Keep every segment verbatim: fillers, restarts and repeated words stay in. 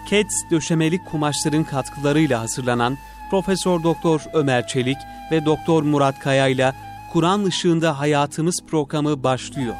Keds döşemeli kumaşların katkılarıyla hazırlanan Profesör Doktor Ömer Çelik ve Doktor Murat Kaya ile Kur'an Işığında Hayatımız programı başlıyor.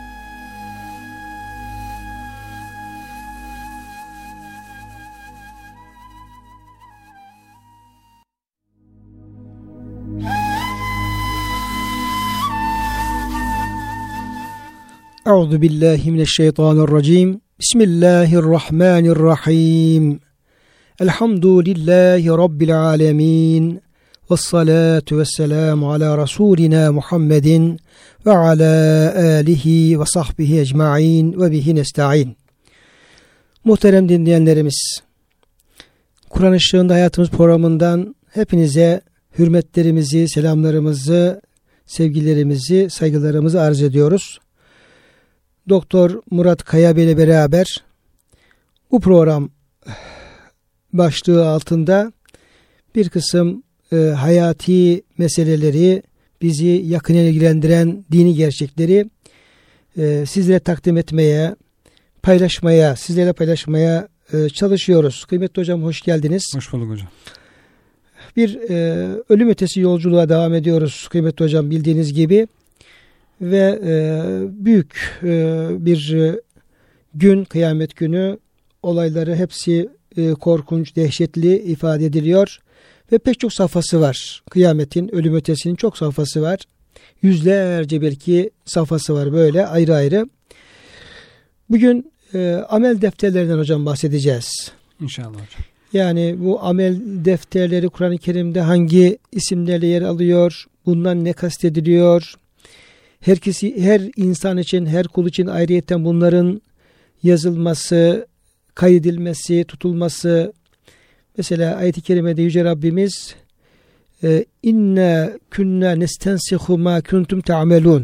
Euzu billahi mineşşeytanirracim. Bismillahirrahmanirrahim. Elhamdülillahi rabbil alamin. Ves salatu vesselamu ala rasulina Muhammedin ve ala alihi ve sahbihi ecmaîn ve bihi nestaîn. Muhterem dinleyenlerimiz, Kur'an Işığında Hayatımız programından hepinize hürmetlerimizi, selamlarımızı, sevgilerimizi, saygılarımızı arz ediyoruz. Doktor Murat Kaya Bey ile beraber bu program başlığı altında bir kısım e, hayati meseleleri, bizi yakın ilgilendiren dini gerçekleri e, sizlere takdim etmeye, paylaşmaya, sizlerle paylaşmaya e, çalışıyoruz. Kıymetli hocam, hoş geldiniz. Hoş bulduk hocam. Bir e, ölüm ötesi yolculuğa devam ediyoruz kıymetli hocam, bildiğiniz gibi. Ve e, büyük e, bir e, gün, kıyamet günü, olayları hepsi e, korkunç, dehşetli ifade ediliyor. Ve pek çok safhası var. Kıyametin, ölüm ötesinin çok safhası var. Yüzlerce belki safhası var, böyle ayrı ayrı. Bugün e, amel defterlerinden hocam bahsedeceğiz. İnşallah hocam. Yani bu amel defterleri Kur'an-ı Kerim'de hangi isimlerle yer alıyor? Bundan ne kastediliyor? Herkesi, her insan için, her kul için ayrıyeten bunların yazılması, kaydedilmesi, tutulması. Mesela ayet-i kerimede Yüce Rabbimiz inna kunna nestensihu ma kuntum ta'melun.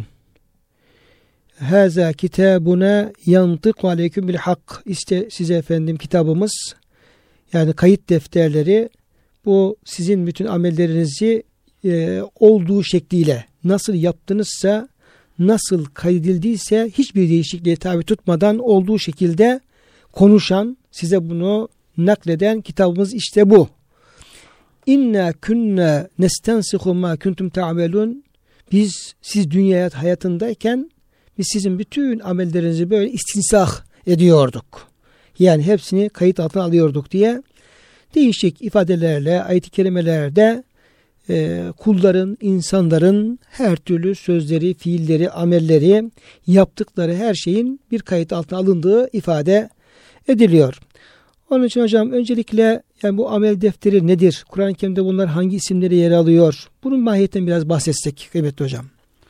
Haza kitabuna yantiqu aleyküm bil hak. İşte size efendim kitabımız, yani kayıt defterleri, bu sizin bütün amellerinizi e, olduğu şekliyle nasıl yaptınızsa, nasıl kaydedildiyse hiçbir değişikliğe tabi tutmadan olduğu şekilde konuşan, size bunu nakleden kitabımız işte bu. İnna kunna nestensihu ma kuntum ta'melun. Biz, siz dünya hayatındayken biz sizin bütün amellerinizi böyle istinsah ediyorduk. Yani hepsini kayıt altına alıyorduk diye değişik ifadelerle ayet-i kerimelerde e, kulların, insanların her türlü sözleri, fiilleri, amelleri, yaptıkları her şeyin bir kayıt altına alındığı ifade ediliyor. Onun için hocam öncelikle yani bu amel defteri nedir? Kur'an-ı Kerim'de bunlar hangi isimleri yer alıyor? Bunun mahiyetinden biraz bahsetsek kıymetli hocam.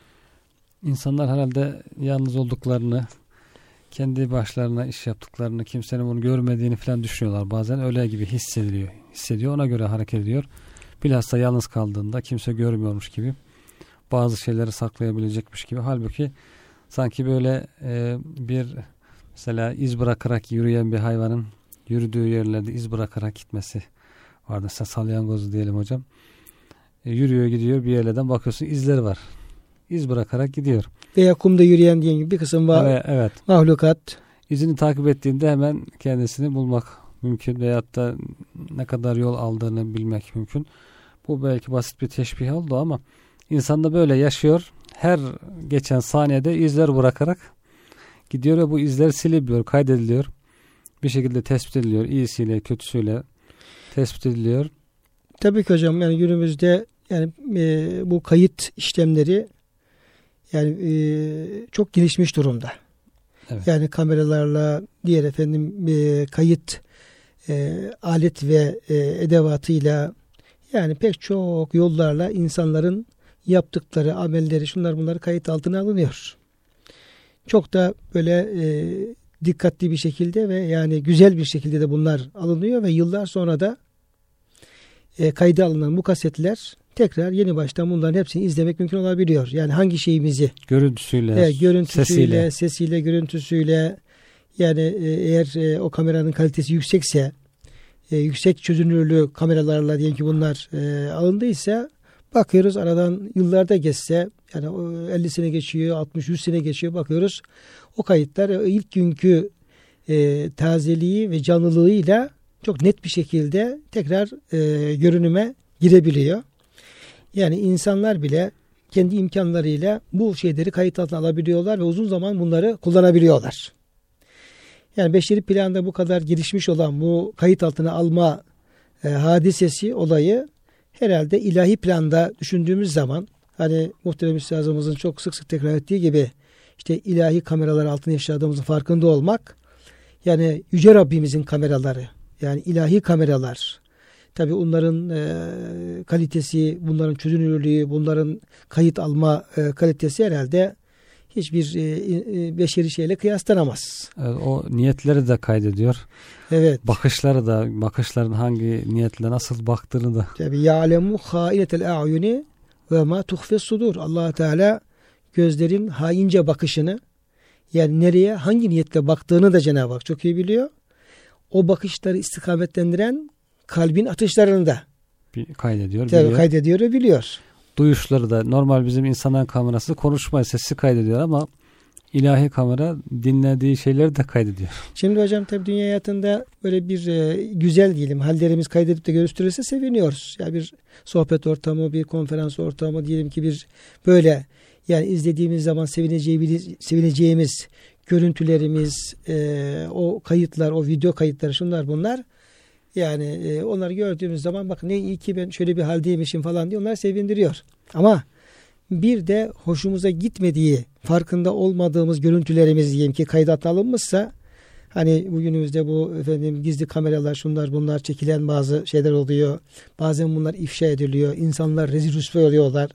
İnsanlar herhalde yalnız olduklarını, kendi başlarına iş yaptıklarını, kimsenin bunu görmediğini falan düşünüyorlar. Bazen öyle gibi hissediliyor. Hissediyor, ona göre hareket ediyor. Bilhassa yalnız kaldığında kimse görmüyormuş gibi, bazı şeyleri saklayabilecekmiş gibi. Halbuki sanki böyle e, bir mesela iz bırakarak yürüyen bir hayvanın yürüdüğü yerlerde iz bırakarak gitmesi vardır. Mesela salyangozu diyelim hocam. E, yürüyor gidiyor, bir yerlerden bakıyorsun izleri var. İz bırakarak gidiyor. Veya kumda yürüyen diye gibi bir kısım var. Evet, evet. Mahlukat. İzini takip ettiğinde hemen kendisini bulmak mümkün veyahut da ne kadar yol aldığını bilmek mümkün. Bu belki basit bir teşbih oldu ama insan da böyle yaşıyor. Her geçen saniyede izler bırakarak gidiyor ve bu izler siliniyor, kaydediliyor. Bir şekilde tespit ediliyor. İyisiyle, kötüsüyle tespit ediliyor. Tabii ki hocam, yani günümüzde yani e, bu kayıt işlemleri yani e, çok gelişmiş durumda. Evet. Yani kameralarla, diğer efendim e, kayıt e, alet ve e, edevatıyla, yani pek çok yollarla insanların yaptıkları amelleri, şunlar bunlar kayıt altına alınıyor. Çok da böyle e, dikkatli bir şekilde ve yani güzel bir şekilde de bunlar alınıyor ve yıllar sonra da e, kayda alınan bu kasetler tekrar yeni baştan bunların hepsini izlemek mümkün olabiliyor. Yani hangi şeyimizi görüntüsüyle, evet, görüntüsüyle, sesiyle. sesiyle, görüntüsüyle, yani e, eğer e, o kameranın kalitesi yüksekse, e, yüksek çözünürlüğü kameralarla diyelim ki bunlar e, alındıysa, bakıyoruz aradan yıllarda geçse, yani elli sene geçiyor, altmış yüz sene geçiyor, bakıyoruz o kayıtlar ilk günkü e, tazeliği ve canlılığıyla çok net bir şekilde tekrar e, görünüme girebiliyor. Yani insanlar bile kendi imkanlarıyla bu şeyleri kayıt altına alabiliyorlar ve uzun zaman bunları kullanabiliyorlar. Yani beşeri planda bu kadar gelişmiş olan bu kayıt altına alma e, hadisesi, olayı herhalde ilahi planda düşündüğümüz zaman, hani muhterem üstazımızın çok sık sık tekrar ettiği gibi, işte ilahi kameralar altında yaşadığımızın farkında olmak, yani Yüce Rabbimizin kameraları, yani ilahi kameralar, tabii onların e, kalitesi, bunların çözünürlüğü, bunların kayıt alma e, kalitesi herhalde hiçbir e, e, beşeri şeyle kıyaslanamaz. Evet, o niyetleri de kaydediyor. Evet. Bakışları da, bakışların hangi niyetle nasıl baktığını da. Tabii ya'lemu hâinetel a'yuni ve ma tuhfes sudur. Allah Teala gözlerin haince bakışını, yani nereye, hangi niyetle baktığını da Cenab-ı Hak çok iyi biliyor. O bakışları istikametlendiren kalbin atışlarını da bir kaydediyor, tabii biliyor. kaydediyor ve biliyor. Duyuşları da, normal bizim insanların kamerası konuşma sesi kaydediyor ama ilahi kamera dinlediği şeyleri de kaydediyor. Şimdi hocam tabii dünya hayatında böyle bir e, güzel diyelim hallerimiz kaydedip de görüştürülse seviniyoruz. Ya bir sohbet ortamı, bir konferans ortamı diyelim ki, bir böyle yani izlediğimiz zaman sevineceğimiz, sevineceğimiz görüntülerimiz, e, o kayıtlar, o video kayıtları, şunlar bunlar. Yani e, onları gördüğümüz zaman bakın ne iyi ki ben şöyle bir haldeymişim falan diye onları sevindiriyor. Ama bir de hoşumuza gitmediği, farkında olmadığımız görüntülerimiz diyelim ki kayıt alınmışsa, hani bugünümüzde bu efendim gizli kameralar, şunlar bunlar çekilen bazı şeyler oluyor. Bazen bunlar ifşa ediliyor. İnsanlar rezil rüsva oluyorlar.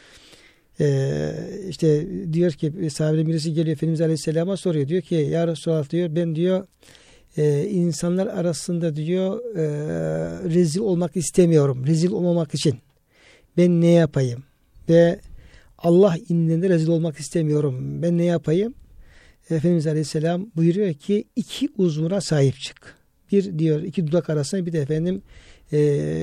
Ee, işte diyor ki sahabeden birisi geliyor Efendimiz Aleyhisselam'a soruyor. Diyor ki ya Resulallah diyor, ben diyor e, insanlar arasında diyor e, rezil olmak istemiyorum. Rezil olmamak için ben ne yapayım? Ve Allah indinde rezil olmak istemiyorum. Ben ne yapayım? Efendimiz Aleyhisselam buyuruyor ki iki uzvuna sahip çık. Bir diyor iki dudak arasına, bir de efendim e,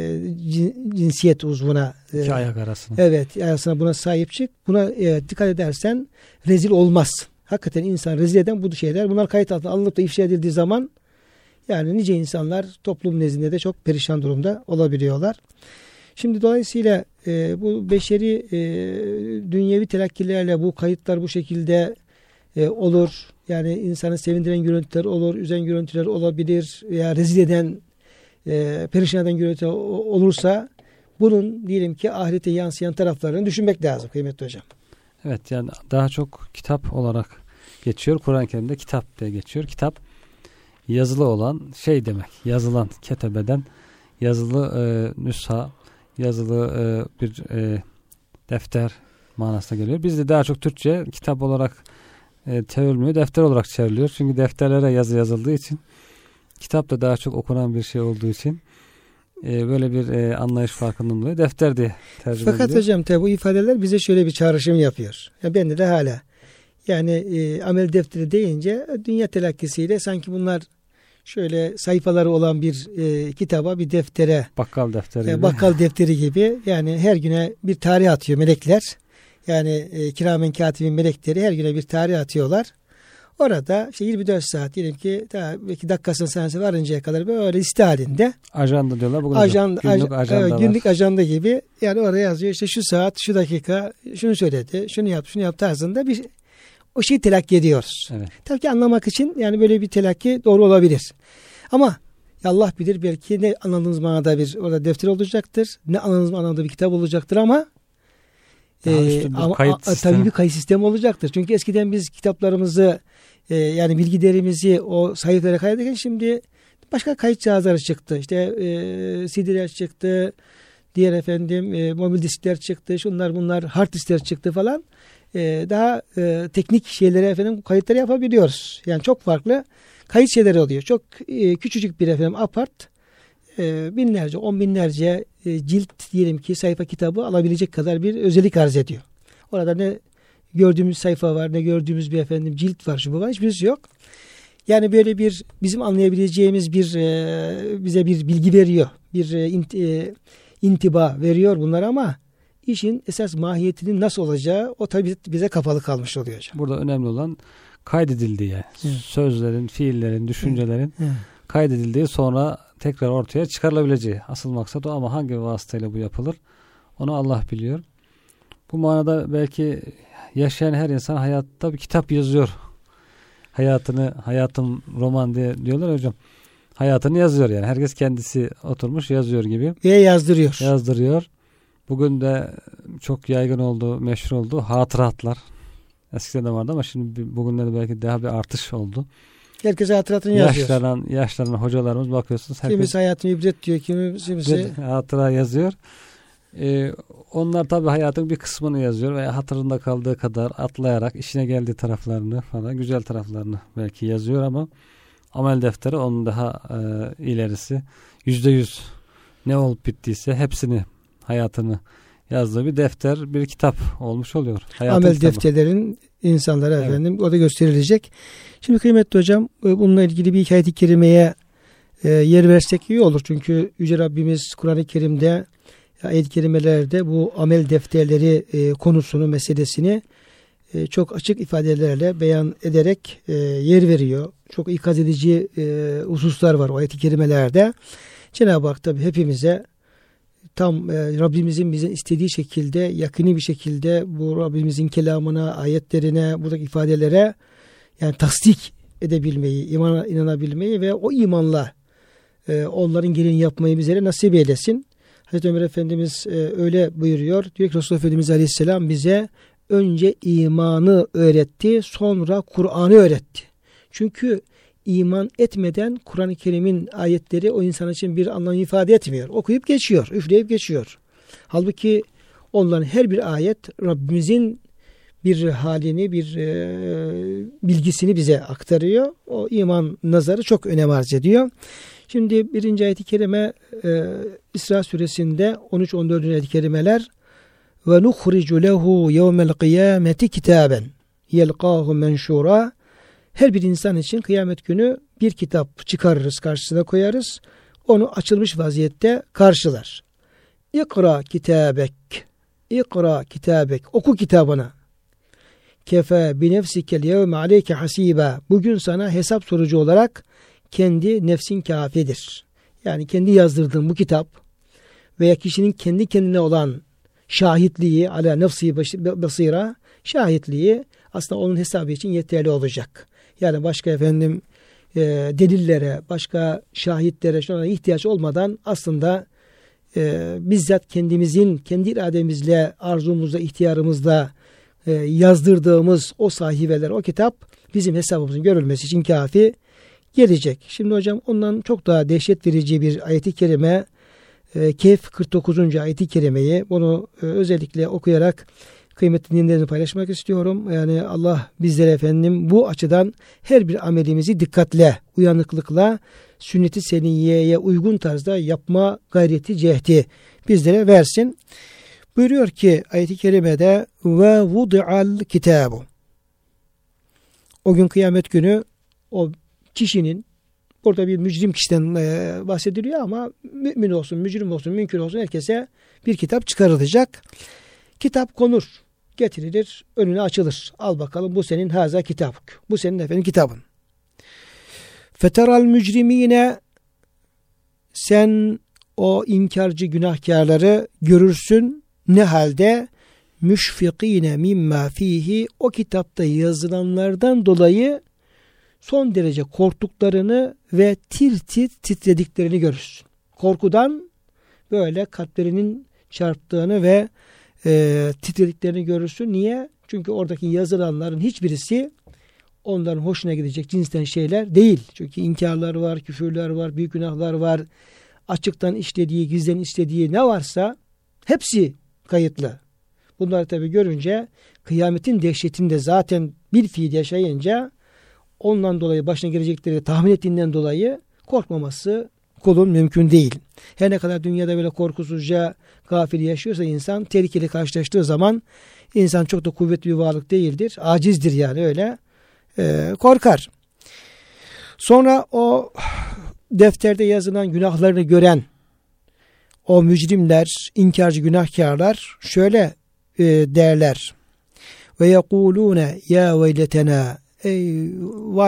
cinsiyet uzvuna. E, İki ayak arasına. Evet, arasına buna sahip çık. Buna e, dikkat edersen rezil olmaz. Hakikaten insan rezil eden bu şeyler. Bunlar kayıt altına alınıp da ifşa edildiği zaman yani nice insanlar toplum nezdinde de çok perişan durumda olabiliyorlar. Şimdi dolayısıyla e, bu beşeri e, dünyevi telakkilerle bu kayıtlar bu şekilde e, olur. Yani insanı sevindiren görüntüler olur, üzen görüntüler olabilir veya rezil eden, e, perişan eden görüntüler olursa bunun diyelim ki ahirete yansıyan taraflarını düşünmek lazım kıymetli hocam. Evet, yani daha çok kitap olarak geçiyor. Kur'an-ı Kerim'de kitap diye geçiyor. Kitap yazılı olan şey demek. Yazılan, ketebeden yazılı e, nüsha, yazılı e, bir e, defter manasına geliyor. Bizde daha çok Türkçe kitap olarak e, çevrilmiyor, defter olarak çevriliyor. Çünkü defterlere yazı yazıldığı için, kitap da daha çok okunan bir şey olduğu için e, böyle bir e, anlayış farkından dolayı defter diye tercih ediliyor. Fakat hocam tabi bu ifadeler bize şöyle bir çağrışım yapıyor. Ya bende de hala. Yani e, amel defteri deyince dünya telakkisiyle sanki bunlar şöyle sayfaları olan bir e, kitaba, bir deftere, bakkal defteri gibi. E, bakkal defteri gibi, yani her güne bir tarih atıyor melekler. Yani e, kiramen katibin melekleri her güne bir tarih atıyorlar. Orada işte yirmi dört saat diyelim ki daha belki dakikasının sahnesi varıncaya kadar böyle liste halinde. Ajanda diyorlar. Bugün Ajanda, günlük, aj- ajanda evet, günlük ajanda gibi. Yani oraya yazıyor işte şu saat, şu dakika, şunu söyledi, şunu yaptı, şunu yaptı tarzında bir o şeyi telakki ediyoruz. Evet. Tabii ki anlamak için yani böyle bir telakki doğru olabilir. Ama Allah bilir, belki ne anladığınız manada bir orada defter olacaktır, ne anladığınız manada bir kitap olacaktır ama e, ama kayıt a, tabii bir kayıt sistemi olacaktır. Çünkü eskiden biz kitaplarımızı e, yani bilgilerimizi o sayfalara kaydederken şimdi başka kayıt cihazları çıktı. İşte e, C D'ler çıktı, diğer efendim e, mobil diskler çıktı, şunlar bunlar hard diskler çıktı falan. E, daha e, teknik şeylere efendim kayıtları yapabiliyoruz. Yani çok farklı kayıt şeyleri oluyor. Çok e, küçücük bir efendim apart e, binlerce, on binlerce e, cilt diyelim ki sayfa kitabı alabilecek kadar bir özellik arz ediyor. Orada ne gördüğümüz sayfa var, ne gördüğümüz bir efendim cilt var, şu bu var, hiçbirisi yok. Yani böyle bir bizim anlayabileceğimiz bir e, bize bir bilgi veriyor, bir e, int, e, intiba veriyor bunlar ama işin esas mahiyetinin nasıl olacağı o tabii bize kapalı kalmış oluyor hocam. Burada önemli olan kaydedildiği, yani. Evet. Sözlerin, fiillerin, düşüncelerin evet. kaydedildiği, sonra tekrar ortaya çıkarılabileceği. Asıl maksat o ama hangi vasıtayla bu yapılır onu Allah biliyor. Bu manada belki yaşayan her insan hayatta bir kitap yazıyor. Hayatını, hayatım roman diye diyorlar hocam. Hayatını yazıyor yani. Herkes kendisi oturmuş yazıyor gibi. Ve yazdırıyor. Yazdırıyor. Bugün de çok yaygın oldu, meşhur oldu. Hatıratlar. Eskiden de vardı ama şimdi bugünlerde belki daha bir artış oldu. Herkes hatıratını yazıyor. Yaşlanan, yaşlanan hocalarımız bakıyorsunuz. Herkes kimisi hayatını ibret diyor, kimisi hatıra yazıyor. Ee, onlar tabii hayatın bir kısmını yazıyor ve hatırında kaldığı kadar atlayarak işine geldiği taraflarını falan, güzel taraflarını belki yazıyor ama amel defteri onun daha e, ilerisi. Yüzde yüz ne olup bittiyse hepsini, hayatını yazdığı bir defter, bir kitap olmuş oluyor. Hayatın amel kitabı. defterlerin insanlara Evet. efendim o da gösterilecek. Şimdi kıymetli hocam, bununla ilgili bir ayet-i kerimeye e, yer versek iyi olur. Çünkü Yüce Rabbimiz Kur'an-ı Kerim'de, ayet-i kerimelerde bu amel defterleri e, konusunu, meselesini e, çok açık ifadelerle beyan ederek e, yer veriyor. Çok ikaz edici e, hususlar var o ayet-i kerimelerde. Cenab-ı Hak tabi hepimize tam e, Rabbimizin bize istediği şekilde, yakini bir şekilde bu Rabbimizin kelamına, ayetlerine, buradaki ifadelere yani tasdik edebilmeyi, imana inanabilmeyi ve o imanla e, onların gereğini yapmayı bizlere nasip eylesin. Hazreti Ömer Efendimiz e, öyle buyuruyor. Diyor ki Resulullah Efendimiz Aleyhisselam bize önce imanı öğretti, sonra Kur'an'ı öğretti. Çünkü iman etmeden Kur'an-ı Kerim'in ayetleri o insan için bir anlam ifade etmiyor. Okuyup geçiyor, üfleyip geçiyor. Halbuki onların her bir ayet Rabbimizin bir halini, bir e, bilgisini bize aktarıyor. O iman nazarı çok önem arz ediyor. Şimdi birinci ayet-i kerime e, İsra suresinde on üç on dört ayet-i kerimeler ve nukhricu lehu yevmel kıyameti kitaben yelqahu menşura. Her bir insan için kıyamet günü bir kitap çıkarırız, karşısına koyarız. Onu açılmış vaziyette karşılar. İkra kitabek. İkra kitabek. Oku kitabını. Kefe bi nefsikel yevme aleyke hasiba. Bugün sana hesap sorucu olarak kendi nefsin kafidir. Yani kendi yazdırdığın bu kitap veya kişinin kendi kendine olan şahitliği, ala nefsi basira, şahitliği aslında onun hesabı için yeterli olacak. Yani başka efendim e, delillere, başka şahitlere, şuna ihtiyaç olmadan aslında e, bizzat kendimizin, kendi irademizle, arzumuzla, ihtiyarımızla e, yazdırdığımız o sahifeler, o kitap bizim hesabımızın görülmesi için kafi gelecek. Şimdi hocam ondan çok daha dehşet verici bir ayet-i kerime, e, Kehf kırk dokuzuncu ayet-i kerimeyi, bunu e, özellikle okuyarak kıymetli dinlerini paylaşmak istiyorum. Yani Allah bizlere efendim bu açıdan her bir amelimizi dikkatle, uyanıklıkla, sünnet-i seniyyeye uygun tarzda yapma gayreti, cehdi bizlere versin. Buyuruyor ki ayet-i kerimede ve vudi'al kitabu. O gün kıyamet günü o kişinin, burada bir mücrim kişiden e, bahsediliyor ama mümin olsun, mücrim olsun, münkir olsun herkese bir kitap çıkarılacak. Kitap konur, getirilir, önüne açılır. Al bakalım bu senin haza kitabuk. Bu senin efendim kitabın. Feteral mücrimine, sen o inkarcı günahkarları görürsün. Ne halde? Müşfikine mimma fihi, o kitapta yazılanlardan dolayı son derece korktuklarını ve tir tir titrediklerini görürsün. Korkudan böyle kalplerinin çarptığını ve e, titrediklerini görürsün. Niye? Çünkü oradaki yazılanların hiçbirisi onların hoşuna gidecek cinsten şeyler değil. Çünkü inkarlar var, küfürler var, büyük günahlar var. Açıktan işlediği, gizlen istediği ne varsa hepsi kayıtlı. Bunları tabii görünce kıyametin dehşetini de zaten bir fiil yaşayınca ondan dolayı başına gelecekleri tahmin ettiğinden dolayı korkmaması kulun mümkün değil. Her ne kadar dünyada böyle korkusuzca gafil yaşıyorsa insan, tehlikeli karşılaştığı zaman insan çok da kuvvetli bir varlık değildir. Acizdir yani, öyle e, korkar. Sonra o defterde yazılan günahlarını gören o mücrimler, inkarcı günahkarlar şöyle e, derler. Ve yekulune ya veyletena, ey vay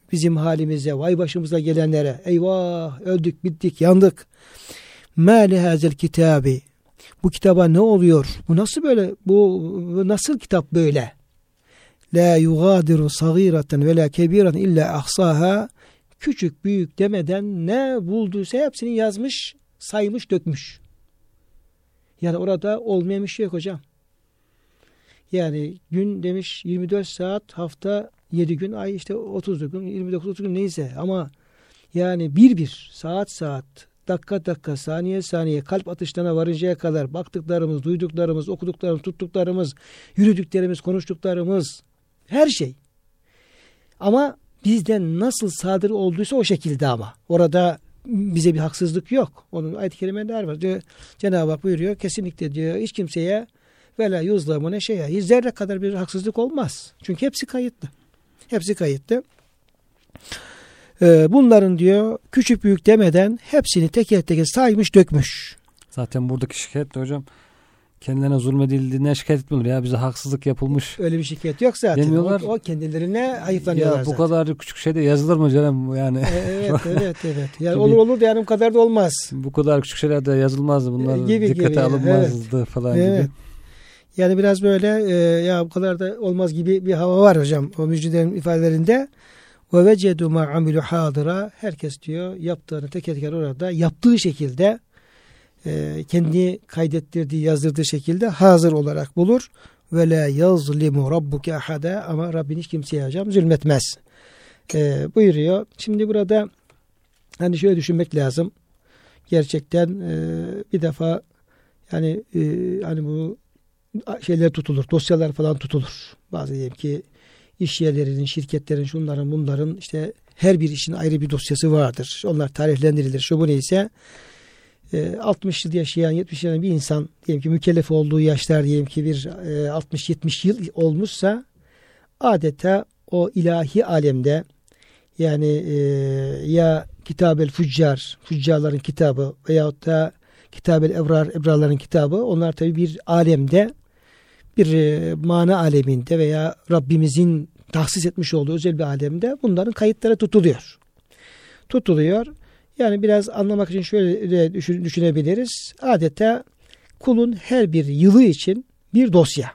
bizim halimize, vay başımıza gelenlere, eyvah öldük, bittik, yandık. مَا لِهَذَا الْكِتَابِ Bu kitaba ne oluyor? Bu nasıl böyle? Bu, bu nasıl kitap böyle? La yugadiru sagireten ve la kebiren illa ahsaha. Küçük büyük demeden ne bulduysa hepsini yazmış, saymış, dökmüş. Yani orada olmayan bir şey yok hocam. Yani gün demiş yirmi dört saat, hafta yedi gün, ay işte otuz gün, yirmi dokuz otuz gün neyse, ama yani bir bir, saat saat, dakika dakika, saniye saniye, kalp atışlarına varıncaya kadar baktıklarımız, duyduklarımız, okuduklarımız, tuttuklarımız, yürüdüklerimiz, konuştuklarımız, her şey. Ama bizden nasıl sadır olduysa o şekilde, ama orada bize bir haksızlık yok. Onun ayet-i kerimeler var. Diyor, Cenab-ı Hak buyuruyor, kesinlikle diyor hiç kimseye ve la yuzlamune şey'a, hiç zerre kadar bir haksızlık olmaz. Çünkü hepsi kayıtlı. Hepsi kayıtlı. Ee, bunların diyor küçük büyük demeden hepsini teker teker saymış, dökmüş. Zaten buradaki şikayet de hocam kendilerine zulmedildiğinden şikayet etmiyorlar. Ya bize haksızlık yapılmış. Öyle bir şikayet yok zaten. Demiyorlar. O, o kendilerine hayıflanıyorlar ya bu zaten. kadar küçük şeyde yazılır mı canım yani? Evet evet evet. Yani olur olur da yani bu kadar da olmaz. Bu kadar küçük şeylerde yazılmazdı. Bunlar gibi, dikkate gibi. alınmazdı evet. falan evet. gibi. Yani biraz böyle e, ya bu kadar da olmaz gibi bir hava var hocam o müjdenin ifadelerinde. Ve vecedu ma amilu hadira, herkes diyor yaptığını teker teker orada yaptığı şekilde e, kendi kaydettirdiği, yazdırdığı şekilde hazır olarak bulur. Ve la yazlimu rabbuke ahada, ama Rabbin hiç kimseye hocam zulmetmez. E, buyuruyor. Şimdi burada hani şöyle düşünmek lazım. Gerçekten e, bir defa yani e, hani bu şeyler tutulur, dosyalar falan tutulur. Bazı diyelim ki iş yerlerinin, şirketlerin, şunların, bunların işte her bir işin ayrı bir dosyası vardır. Onlar tariflendirilir. Şu bu neyse e, altmış yıl yaşayan, yetmiş yaşayan bir insan diyelim ki mükellef olduğu yaşlar diyelim ki bir e, altmış yetmiş yıl olmuşsa adeta o ilahi alemde yani e, ya Kitab-el Fuccar, Fuccarların kitabı veyahut da Kitab-el Ebrar, Ebrarların kitabı, onlar tabi bir alemde, bir e, mana aleminde veya Rabbimizin tahsis etmiş olduğu özel bir alemde bunların kayıtları tutuluyor. Tutuluyor. Yani biraz anlamak için şöyle de düşün, düşünebiliriz. Adeta kulun her bir yılı için bir dosya.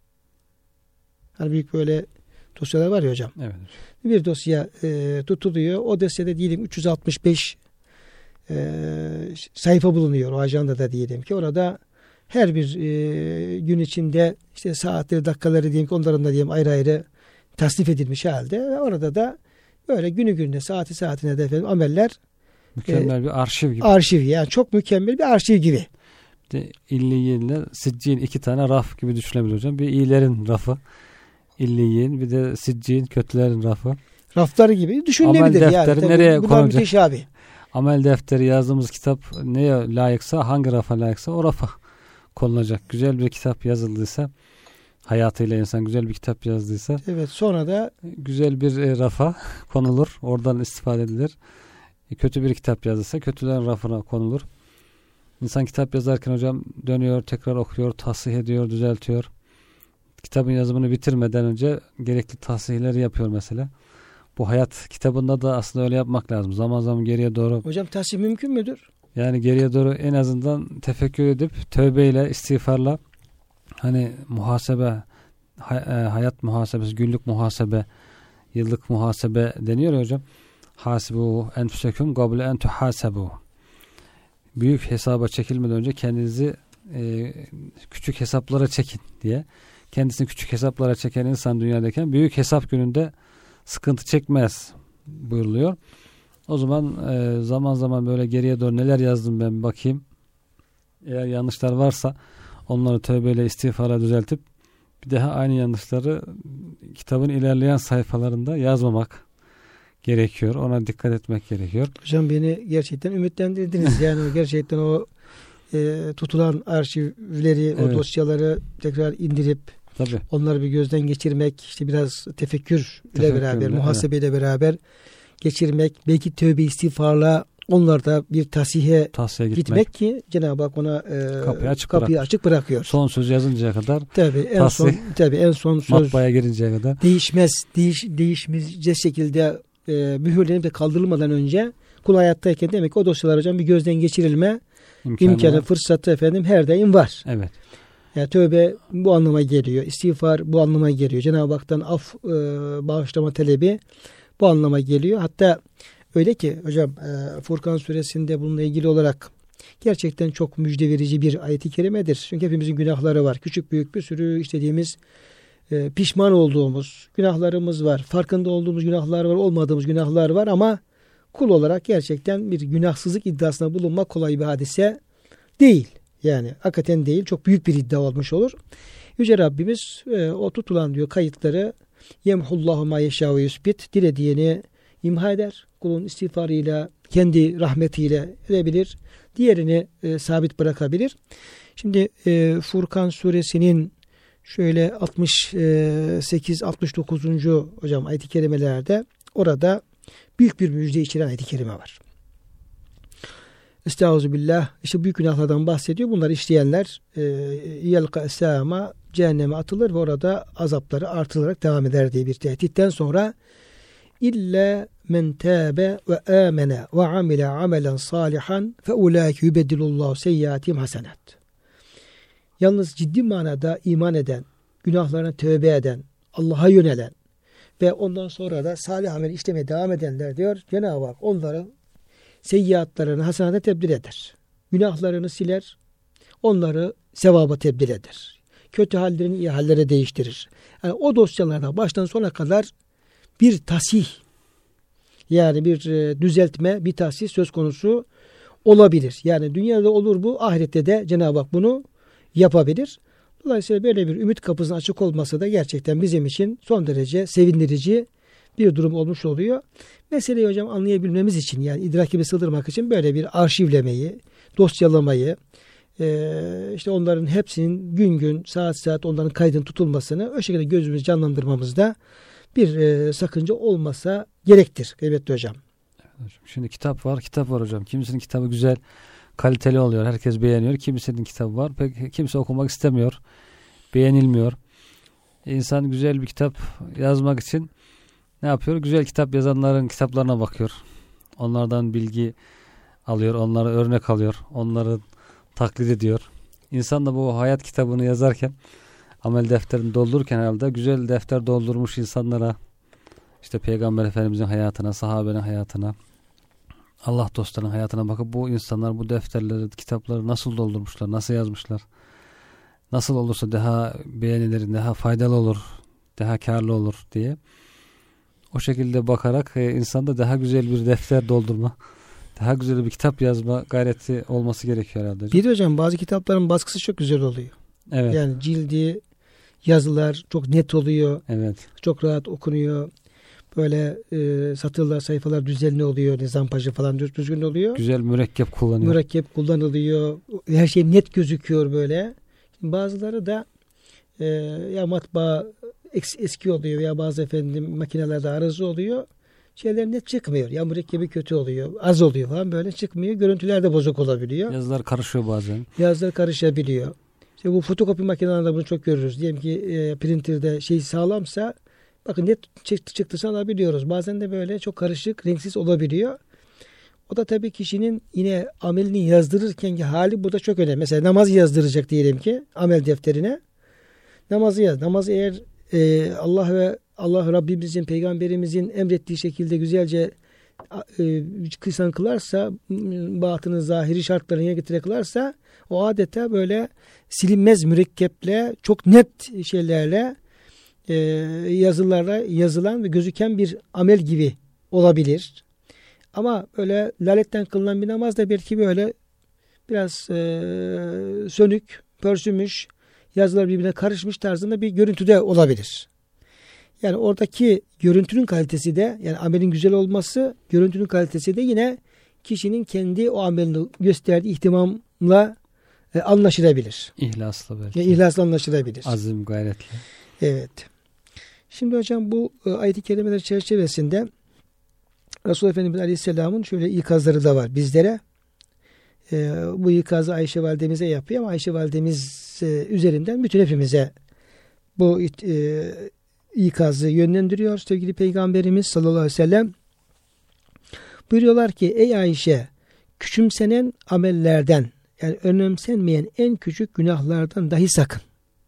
Hani büyük böyle dosyalar var ya hocam. Evet. Bir dosya e, tutuluyor. O dosyada diyelim üç yüz altmış beş e, sayfa bulunuyor o ajandada diyelim ki. Orada her bir e, gün içinde işte saatleri, dakikaları diyelim ki onların da diyelim ayrı ayrı tasnif edilmiş halde ve orada da böyle günü gününe, saati saatine de efendim ameller mükemmel e, bir arşiv gibi. Arşiv yani çok mükemmel bir arşiv gibi. İşte illiyinle siccin iki tane raf gibi düşünebilir hocam. Bir iyilerin rafı, illiyin, bir de siccin kötülerin rafı. Rafları gibi düşünülebilir amel yani. defteri nereye bunlar konacak? müthiş abi. Amel defteri yazdığımız kitap neye layıksa, hangi rafa layıksa o rafa konulacak. Güzel bir kitap yazıldıysa, hayatıyla insan güzel bir kitap yazdıysa, evet, sonra da güzel bir e, rafa konulur. Oradan istifade edilir. E, kötü bir kitap yazdıysa kötülerin rafına konulur. İnsan kitap yazarken hocam dönüyor, tekrar okuyor, tahsih ediyor, düzeltiyor. Kitabın yazımını bitirmeden önce gerekli tahsihleri yapıyor mesela. Bu hayat kitabında da aslında öyle yapmak lazım. Zaman zaman geriye doğru. Hocam tahsih mümkün müdür? Yani geriye doğru en azından tefekkür edip tövbeyle, istiğfarla, hani muhasebe, hayat muhasebesi, günlük muhasebe, yıllık muhasebe deniyor ya hocam. Hasibu enfusekum qabla en tuhasabu. Büyük hesaba çekilmeden önce kendinizi e, küçük hesaplara çekin diye. Kendisini küçük hesaplara çeken insan dünyadayken büyük hesap gününde sıkıntı çekmez buyuruluyor. O zaman e, zaman zaman böyle geriye doğru neler yazdım ben bakayım. Eğer yanlışlar varsa onları tövbeyle, istiğfara düzeltip bir daha aynı yanlışları kitabın ilerleyen sayfalarında yazmamak gerekiyor. Ona dikkat etmek gerekiyor. Hocam beni gerçekten ümitlendirdiniz. Yani gerçekten o e, tutulan arşivleri, evet, o dosyaları tekrar indirip tabii, onları bir gözden geçirmek, işte biraz tefekkür ile Tefekkürle, beraber, muhasebeyle evet, beraber geçirmek, belki tövbe istiğfarla onlarda bir tahsihe gitmek. gitmek ki Cenab-ı Hak ona e, kapıyı, açık, kapıyı açık bırakıyor. Son söz yazıncaya kadar. Tabii en tahsih, son tabii en son söz matbaaya girinceye kadar. Değişmez, değiş değişmeyecek şekilde e, mühürlenip de kaldırılmadan önce kul hayattayken demek ki o dosyalar hocam bir gözden geçirilme imkanı, imkanı fırsatı efendim her daim var. Evet. Yani tövbe bu anlama geliyor. İstiğfar bu anlama geliyor. Cenab-ı Hak'tan af e, bağışlama talebi bu anlama geliyor. Hatta öyle ki hocam e, Furkan suresinde bununla ilgili olarak gerçekten çok müjde verici bir ayet-i kerimedir. Çünkü hepimizin günahları var. Küçük büyük bir sürü işlediğimiz, e, pişman olduğumuz günahlarımız var. Farkında olduğumuz günahlar var, olmadığımız günahlar var ama kul olarak gerçekten bir günahsızlık iddiasına bulunmak kolay bir hadise değil. Yani hakikaten değil. Çok büyük bir iddia olmuş olur. Yüce Rabbimiz e, o tutulan diyor kayıtları yemhullahu ma yeşâ ve yusbit, dilediğini imha eder. Kulun istiğfarıyla, kendi rahmetiyle edebilir. Diğerini e, sabit bırakabilir. Şimdi e, Furkan suresinin şöyle altmış sekiz altmış dokuzuncu hocam ayet-i kerimelerde orada büyük bir müjde içeren ayet-i kerime var. Estağfirullah. İşte büyük günahlardan bahsediyor. Bunları işleyenler yelka esama cehenneme atılır ve orada azapları artılarak devam eder diye bir tehditten sonra İlla men tâbe ve âmene ve amile amelen salihan fe ulâke yübeddilullahu seyyiâtihim hasenat. Yalnız ciddi manada iman eden, günahlarına tövbe eden, Allah'a yönelen ve ondan sonra da salih amel işlemeye devam edenler diyor. Cenab-ı Hak onların seyyiatlarını hasenata tebdil eder. Günahlarını siler, onları sevaba tebdil eder. Kötü hallerini iyi hallere değiştirir. Yani o dosyalarda baştan sona kadar bir tasih, yani bir e, düzeltme, bir tasih söz konusu olabilir. Yani dünyada olur bu, ahirette de Cenab-ı Hak bunu yapabilir. Dolayısıyla böyle bir ümit kapısının açık olması da gerçekten bizim için son derece sevindirici bir durum olmuş oluyor. Meseleyi hocam anlayabilmemiz için, yani idraki bir sığdırmak için böyle bir arşivlemeyi, dosyalamayı, e, işte onların hepsinin gün gün, saat saat onların kaydının tutulmasını o şekilde gözümüzü canlandırmamızda bir e, sakınca olmasa gerektir kıymetli hocam. Evet hocam. Şimdi kitap var, kitap var hocam. Kimisinin kitabı güzel, kaliteli oluyor, herkes beğeniyor. Kimisinin kitabı var, pek kimse okumak istemiyor, beğenilmiyor. İnsan güzel bir kitap yazmak için ne yapıyor? Güzel kitap yazanların kitaplarına bakıyor. Onlardan bilgi alıyor, onlara örnek alıyor, onları taklit ediyor. İnsan da bu hayat kitabını yazarken, amel defterini doldururken herhalde güzel defter doldurmuş insanlara, işte Peygamber Efendimizin hayatına, sahabenin hayatına, Allah dostlarının hayatına bakıp bu insanlar bu defterleri, kitapları nasıl doldurmuşlar, nasıl yazmışlar, nasıl olursa daha beğenilir, daha faydalı olur, daha karlı olur diye o şekilde bakarak e, insanda daha güzel bir defter doldurma, daha güzel bir kitap yazma gayreti olması gerekiyor herhalde. Bir de hocam bazı kitapların baskısı çok güzel oluyor. Evet. Yani cildi, yazılar çok net oluyor. Evet. Çok rahat okunuyor. Böyle e, satırlar, sayfalar düzenli oluyor. Nizampajı falan düz, düzgün oluyor. Güzel mürekkep kullanıyor. Mürekkep kullanılıyor. Her şey net gözüküyor böyle. Şimdi bazıları da e, ya matbaa es, eski oluyor veya bazı efendim makinelerde arıza oluyor. Şeyler net çıkmıyor. Ya mürekkebi kötü oluyor. Az oluyor falan böyle çıkmıyor. Görüntüler de bozuk olabiliyor. Yazılar karışıyor bazen. Yazılar karışabiliyor. İşte bu fotokopi makinelerinde bunu çok görürüz. Diyelim ki e, printer'de şey sağlamsa bakın net çıktı, çıktısı alabiliyoruz. Bazen de böyle çok karışık, renksiz olabiliyor. O da tabii kişinin yine amelini yazdırırkenki hali burada çok önemli. Mesela namaz yazdıracak diyelim ki amel defterine. Namazı yaz. Namazı eğer e, Allah ve Allah Rabbimizin, Peygamberimizin emrettiği şekilde güzelce e, kısan kılarsa, batının zahiri şartlarını yerine getire kılarsa, o adeta böyle silinmez mürekkeple, çok net şeylerle, e, yazılarla yazılan ve gözüken bir amel gibi olabilir. Ama öyle laletten kılınan bir namaz da belki böyle biraz e, sönük, pörsümüş, yazılar birbirine karışmış tarzında bir görüntüde olabilir. Yani oradaki görüntünün kalitesi de, yani amelin güzel olması, görüntünün kalitesi de yine kişinin kendi o amelini gösterdiği ihtimamla e, anlaşılabilir. İhlasla belki. Yani ihlasla anlaşılabilir. Azim, gayretle. Evet. Şimdi hocam bu e, ayet-i kerimeler çerçevesinde Resulullah Efendimiz Aleyhisselam'ın şöyle ikazları da var bizlere. E, bu ikazı Ayşe Validemize yapıyor ama Ayşe Validemiz e, üzerinden bütün hepimize bu e, ikazı yönlendiriyor sevgili Peygamberimiz sallallahu aleyhi ve sellem. Buyuruyorlar ki ey Ayşe, küçümsenen amellerden, yani önemsenmeyen en küçük günahlardan dahi sakın.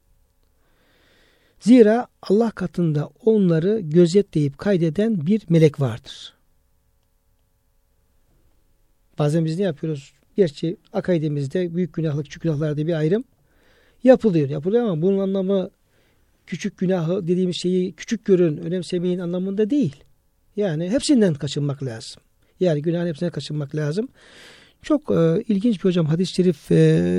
Zira Allah katında onları gözetleyip kaydeden bir melek vardır. Bazen biz ne yapıyoruz? Gerçi akaidemizde büyük günahlı küçük günahlarda bir ayrım yapılıyor. Yapılıyor ama bunun anlamı küçük günahı dediğimiz şeyi küçük görün, önemsemeyin anlamında değil. Yani hepsinden kaçınmak lazım. Yani günahın hepsinden kaçınmak lazım. Çok e, ilginç bir hocam hadis-i şerif e,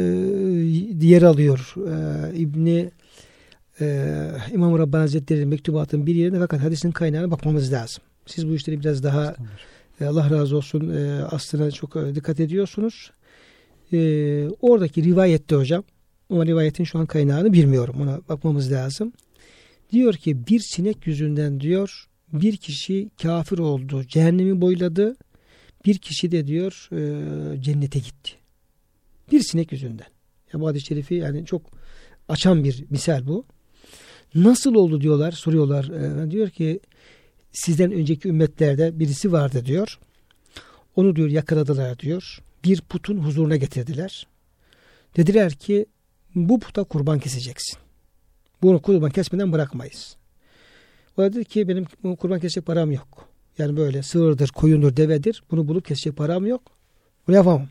yer alıyor. E, İbni e, İmam-ı Rabbani Hazretleri'nin mektubatının bir yerinde, fakat hadisin kaynağına bakmamız lazım. Siz bu işleri biraz daha e, Allah razı olsun e, aslına çok e, dikkat ediyorsunuz. E, oradaki rivayette hocam, ama rivayetin şu an kaynağını bilmiyorum. Ona bakmamız lazım. Diyor ki bir sinek yüzünden diyor bir kişi kafir oldu, cehennemi boyladı. Bir kişi de diyor e, cennete gitti. Bir sinek yüzünden. Ya bu hadis-i şerifi yani çok açan bir misal bu. Nasıl oldu diyorlar, soruyorlar. E, diyor ki sizden önceki ümmetlerde birisi vardı diyor. Onu diyor yakaladılar diyor. Bir putun huzuruna getirdiler. Dediler ki bu puta kurban keseceksin. Bunu kurban kesmeden bırakmayız. O dedi ki benim kurban kesecek param yok. Yani böyle sığırdır, koyundur, devedir. Bunu bulup kesecek param yok. Bunu yapamam.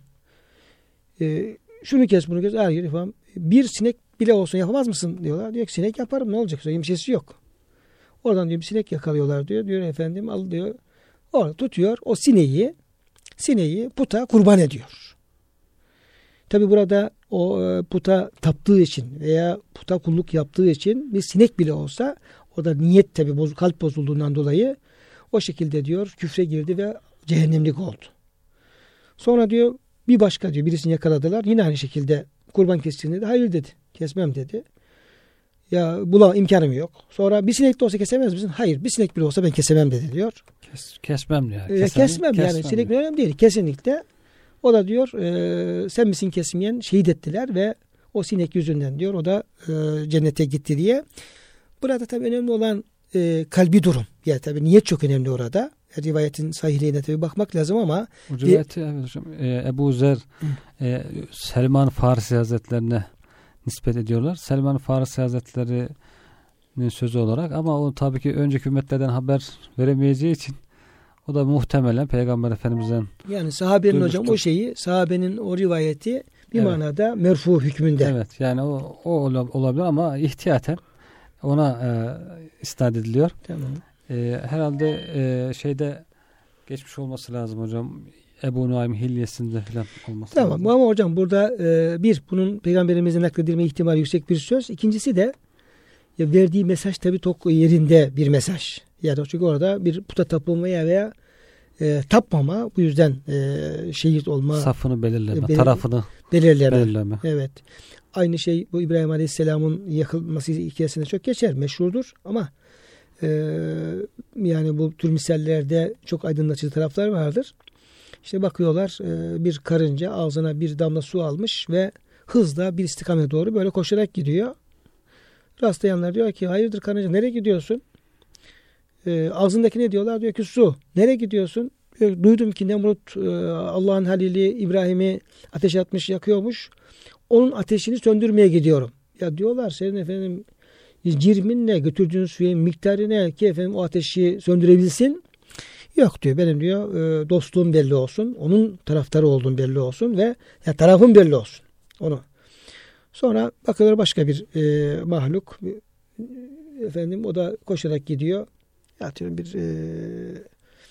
Ee, şunu kes, bunu kes. Hayır yapamam. Bir sinek bile olsun yapamaz mısın diyorlar. Diyor ki sinek yaparım, ne olacak? Söyleyeyim bir şeysi yok. Oradan diyor bir sinek yakalıyorlar diyor. Diyor efendim al diyor. Orada tutuyor. O sineği sineği puta kurban ediyor. Tabi burada o puta taptığı için veya puta kulluk yaptığı için bir sinek bile olsa o da niyet tabi boz, kalp bozulduğundan dolayı o şekilde diyor küfre girdi ve cehennemlik oldu. Sonra diyor bir başka diyor birisini yakaladılar. Yine aynı şekilde kurban kessin dedi. Hayır dedi. Kesmem dedi. Ya buna imkanım yok. Sonra bir sinek de olsa kesemez misin? Hayır. Bir sinek bile olsa ben kesemem dedi diyor. Kes, kesmem diyor. Kesem, kesmem, kesmem yani. Sinek önemli değil. Kesinlikle. O da diyor e, sen misin kesmeyen, şehit ettiler ve o sinek yüzünden diyor o da e, cennete gitti diye. Burada tabii önemli olan e, kalbi durum. Yani tabii niyet çok önemli orada. Rivayetin sahihliğine tabii bakmak lazım ama o rivayeti evet hocam, e, Ebu Zer e, Selman Farisi Hazretlerine nispet ediyorlar. Selman Farisi Hazretleri'nin sözü olarak, ama o tabii ki önceki ümmetlerden haber veremeyeceği için o da muhtemelen Peygamber Efendimiz'den yani sahabenin duymuştur. hocam o şeyi, sahabenin o rivayeti bir evet. manada merfu hükmünde. Evet yani o, o olabilir ama ihtiyaten ona e, isnat ediliyor. Tamam. E, herhalde e, şeyde geçmiş olması lazım hocam. Ebu Nuaym Hilyesinde falan olması tamam. lazım. Tamam ama hocam burada e, bir bunun Peygamberimizden nakledilme ihtimali yüksek bir söz. İkincisi de ya verdiği mesaj tabii çok yerinde bir mesaj. Yani çünkü orada bir puta tapılmaya veya e, tapmama, bu yüzden e, şehit olma, safını belirleme, e, belir, tarafını belirleme. belirleme. Evet. Aynı şey bu İbrahim Aleyhisselam'ın yakılması hikayesinde çok geçer, meşhurdur ama e, yani bu tür misallerde çok aydınlatıcı taraflar vardır. İşte bakıyorlar e, bir karınca ağzına bir damla su almış ve hızla bir istikamete doğru böyle koşarak gidiyor. Rastlayanlar diyor ki hayırdır karınca, nereye gidiyorsun? E, ağzındaki ne diyorlar? Diyor ki su. Nereye gidiyorsun? Diyor, duydum ki Nemrut e, Allah'ın halili İbrahim'i ateş atmış, yakıyormuş. Onun ateşini söndürmeye gidiyorum. Ya diyorlar senin efendim cirminle götürdüğün suyun miktarı ne ki efendim o ateşi söndürebilsin? Yok diyor, benim diyor e, dostluğum belli olsun. Onun taraftarı olduğum belli olsun ve ya tarafım belli olsun. Onu. Sonra bakıyorlar başka bir e, mahluk. Efendim o da koşarak gidiyor. Atıyorum bir e,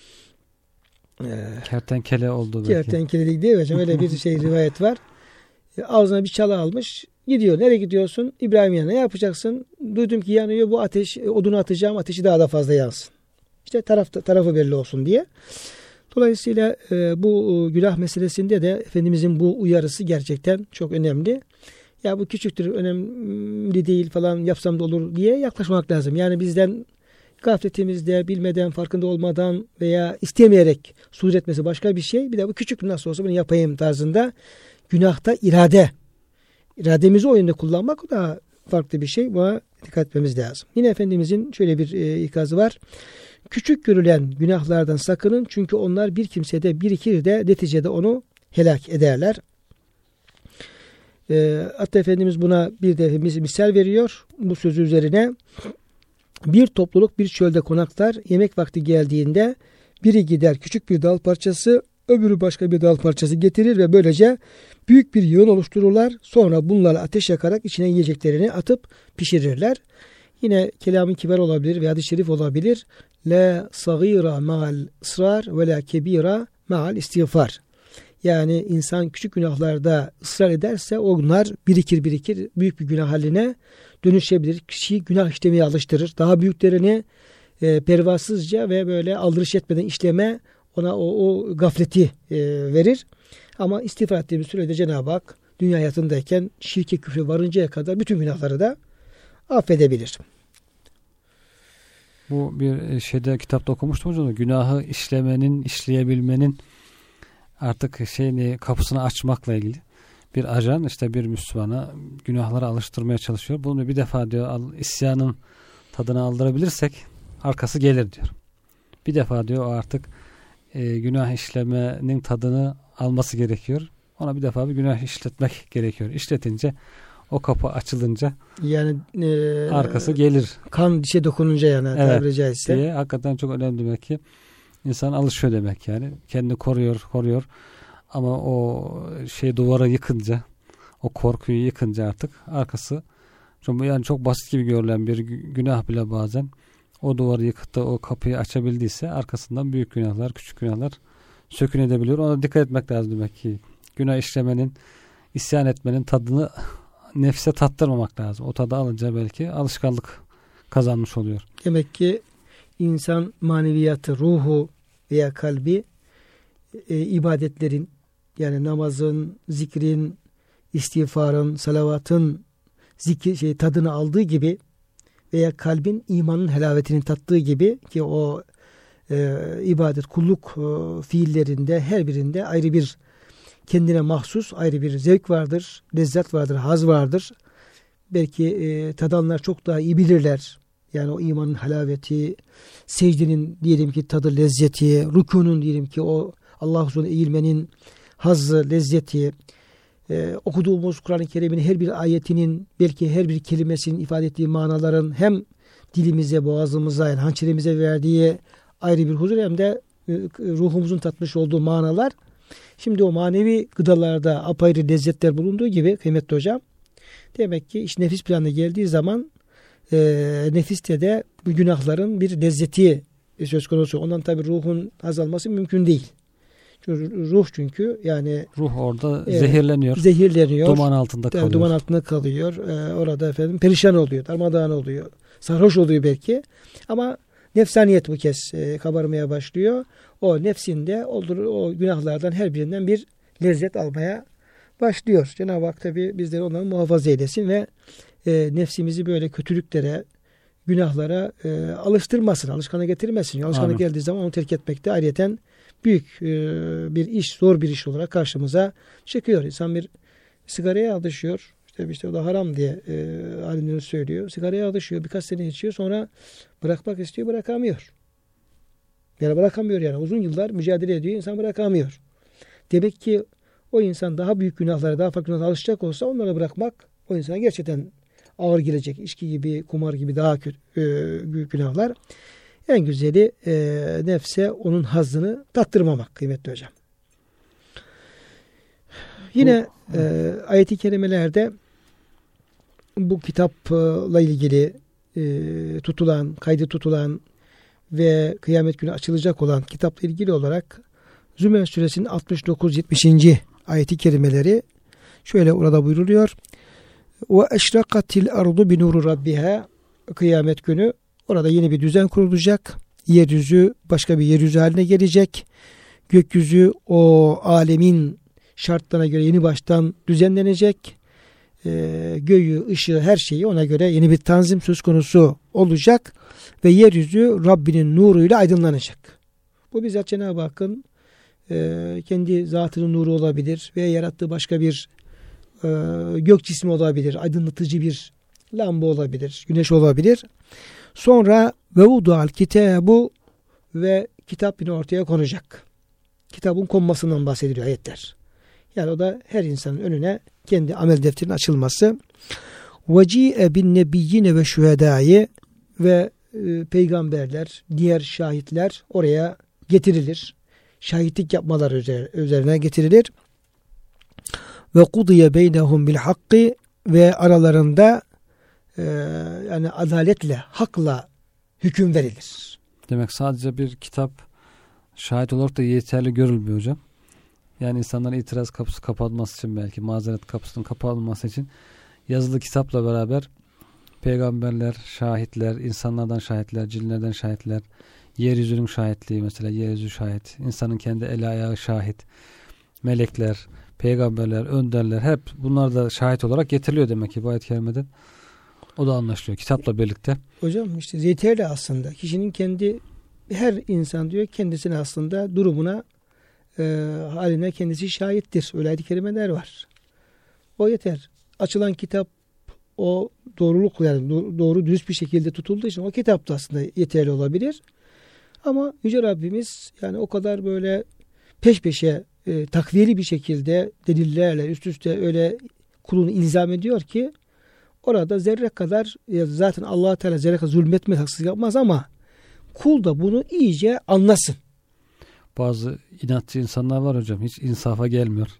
e, kertenkele oldu belki. Kertenkele değil mi hocam? Öyle bir şey rivayet var. E, ağzına bir çalı almış. Gidiyor. Nereye gidiyorsun? İbrahim yanına. Ne yapacaksın? Duydum ki yanıyor. Bu ateş, odunu atacağım. Ateşi daha da fazla yansın. İşte taraf, tarafı belli olsun diye. Dolayısıyla e, bu günah meselesinde de Efendimizin bu uyarısı gerçekten çok önemli. Ya bu küçüktür, önemli değil falan, yapsam da olur diye yaklaşmak lazım. Yani bizden gafletimizde, bilmeden, farkında olmadan veya istemeyerek sudur etmesi başka bir şey. Bir de bu küçük nasıl olsa bunu yapayım tarzında günahta irade. İrademizi o yönde kullanmak da farklı bir şey. Buna dikkat etmemiz lazım. Yine Efendimizin şöyle bir e, ikazı var. küçük görülen günahlardan sakının. Çünkü onlar bir kimsede birikir de neticede onu helak ederler. E, Hatta Efendimiz buna bir de misal veriyor. Bu sözü üzerine bir topluluk bir çölde konaklar. Yemek vakti geldiğinde biri gider küçük bir dal parçası, öbürü başka bir dal parçası getirir ve böylece büyük bir yığın oluştururlar. Sonra bunlarla ateş yakarak içine yiyeceklerini atıp pişirirler. Yine kelamın kibar olabilir veya hadis-i şerif olabilir. La sagira ma'al ısrar ve la kebira ma'al istiğfar. Yani insan küçük günahlarda ısrar ederse onlar birikir birikir büyük bir günah haline dönüşebilir. Kişiyi günah işlemeye alıştırır. Daha büyüklerini e, pervasızca ve böyle aldırış etmeden işleme ona o, o gafleti e, verir. Ama istiğfar ettiğimiz sürede Cenab-ı Hak dünya hayatındayken şirke küfre varıncaya kadar bütün günahları da affedebilir. Bu bir şeyde kitapta okumuştum hocam. Günahı işlemenin, işleyebilmenin artık şeyini kapısını açmakla ilgili bir ajan işte bir Müslümana günahlara alıştırmaya çalışıyor. Bunu bir defa diyor isyanın tadını aldırabilirsek arkası gelir diyor. Bir defa diyor artık e, günah işlemenin tadını alması gerekiyor. Ona bir defa bir günah işletmek gerekiyor. İşletince o kapı açılınca yani e, arkası gelir. Kan dişe dokununca yani evet, tabiri caizse. Diye, hakikaten çok önemli demek ki. İnsan alışıyor demek yani. Kendini koruyor, koruyor. Ama o şey duvarı yıkınca, o korkuyu yıkınca artık arkası çok, yani çok basit gibi görülen bir günah bile bazen o duvarı yıkıp da o kapıyı açabildiyse arkasından büyük günahlar, küçük günahlar sökün edebiliyor. Ona dikkat etmek lazım demek ki. Günah işlemenin, isyan etmenin tadını nefse tattırmamak lazım. O tadı alınca belki alışkanlık kazanmış oluyor. Demek ki insan maneviyatı, ruhu veya kalbi e, ibadetlerin yani namazın, zikrin, istiğfarın, salavatın zikir şey tadını aldığı gibi veya kalbin imanın helavetini tattığı gibi ki o e, ibadet, kulluk e, fiillerinde her birinde ayrı bir kendine mahsus ayrı bir zevk vardır, lezzet vardır, haz vardır. Belki e, tadanlar çok daha iyi bilirler. Yani o imanın halaveti, secdenin diyelim ki tadı, lezzeti, rükûnun diyelim ki o Allah huzuruna eğilmenin hazzı, lezzeti, e, okuduğumuz Kur'an-ı Kerim'in her bir ayetinin belki her bir kelimesinin ifade ettiği manaların hem dilimize, boğazımıza, yani hançerimize verdiği ayrı bir huzur hem de e, ruhumuzun tatmış olduğu manalar. Şimdi o manevi gıdalarda apayrı lezzetler bulunduğu gibi kıymetli hocam, demek ki iş nefis planına geldiği zaman e, nefiste de bu günahların bir lezzeti söz konusu. Ondan tabi ruhun azalması mümkün değil. Çünkü ruh çünkü yani ruh orada e, zehirleniyor. Zehirleniyor. Duman altında kalıyor. Duman altında kalıyor. E, orada efendim perişan oluyor, darmadağın oluyor. Sarhoş oluyor belki. Ama nefsaniyet bu kez e, kabarmaya başlıyor. O nefsinde olur, o günahlardan her birinden bir lezzet almaya başlıyor. Cenab-ı Hak tabi bizleri ondan muhafaza eylesin ve e, nefsimizi böyle kötülüklere, günahlara e, alıştırmasın, alışkanlığa getirmesin. Alışkanlık geldiği zaman onu terk etmekte ayrıyeten büyük e, bir iş, zor bir iş olarak karşımıza çıkıyor. İnsan bir sigaraya alışıyor. İşte, işte o da haram diye e, alimler söylüyor. Sigaraya alışıyor. Birkaç sene içiyor. Sonra bırakmak istiyor. Bırakamıyor. Yani bırakamıyor yani. Uzun yıllar mücadele ediyor. İnsan bırakamıyor. Demek ki o insan daha büyük günahlara, daha farklı günahlara alışacak olsa onları bırakmak o insana gerçekten ağır gelecek. İçki gibi, kumar gibi daha kötü, e, büyük günahlar. En güzeli e, nefse onun hazzını tattırmamak kıymetli hocam. Yine e, ayet-i kerimelerde bu kitapla ilgili e, tutulan, kaydı tutulan ve kıyamet günü açılacak olan kitapla ilgili olarak Zümer suresinin altmış dokuz yetmişinci ayet-i kerimeleri şöyle orada buyruluyor. Ve eşrakatil ardu bi nuru rabbiha, kıyamet günü orada yeni bir düzen kurulacak. Yeryüzü başka bir yeryüzü haline gelecek. Gökyüzü o alemin şartlarına göre yeni baştan düzenlenecek. E, göğü, ışığı, her şeyi ona göre yeni bir tanzim söz konusu olacak. Ve yeryüzü Rabbinin nuruyla aydınlanacak. Bu bizzat Cenab-ı Hakk'ın e, kendi zatının nuru olabilir veya yarattığı başka bir e, gök cismi olabilir. Aydınlatıcı bir lamba olabilir. Güneş olabilir. Sonra ve vudu'al kitabu ve kitap yine ortaya konacak. Kitabın konmasından bahsediliyor ayetler. Yani o da her insanın önüne kendi amel defterinin açılması. وَجِيءَ بِالنَّبِيِّنَ ve şühedâi ve e, peygamberler, diğer şahitler oraya getirilir. Şahitlik yapmaları üzerine getirilir. Ve kudiye beynehum bil hakki ve aralarında e, yani adaletle, hakla hüküm verilir. Demek sadece bir kitap şahit olarak da yeterli görülmüyor hocam. Yani insanların itiraz kapısı kapanması için, belki mazeret kapısının kapanması için yazılı kitapla beraber peygamberler, şahitler, insanlardan şahitler, cinlerden şahitler, yeryüzünün şahitliği, mesela yeryüzü şahit, insanın kendi el ayağı şahit, melekler, peygamberler, önderler, hep bunlar da şahit olarak getiriliyor demek ki bu ayet-i kerimeden. O da anlaşılıyor kitapla birlikte. Hocam işte yeterli aslında. Kişinin kendi, her insan diyor kendisine aslında durumuna, e, haline kendisi şahittir. Öyle ayet-i kerimeler var. O yeter. Açılan kitap o doğruluk, yani doğru dürüst bir şekilde tutulduğu için o kitap da aslında yeterli olabilir. Ama Yüce Rabbimiz yani o kadar böyle peş peşe e, takviyeli bir şekilde delillerle üst üste öyle kulunu ilzam ediyor ki orada zerre kadar, ya zaten Allah Teala zerre kadar zulmetmez, haksızlık yapmaz ama kul da bunu iyice anlasın. Bazı inatçı insanlar var hocam, hiç insafa gelmiyor.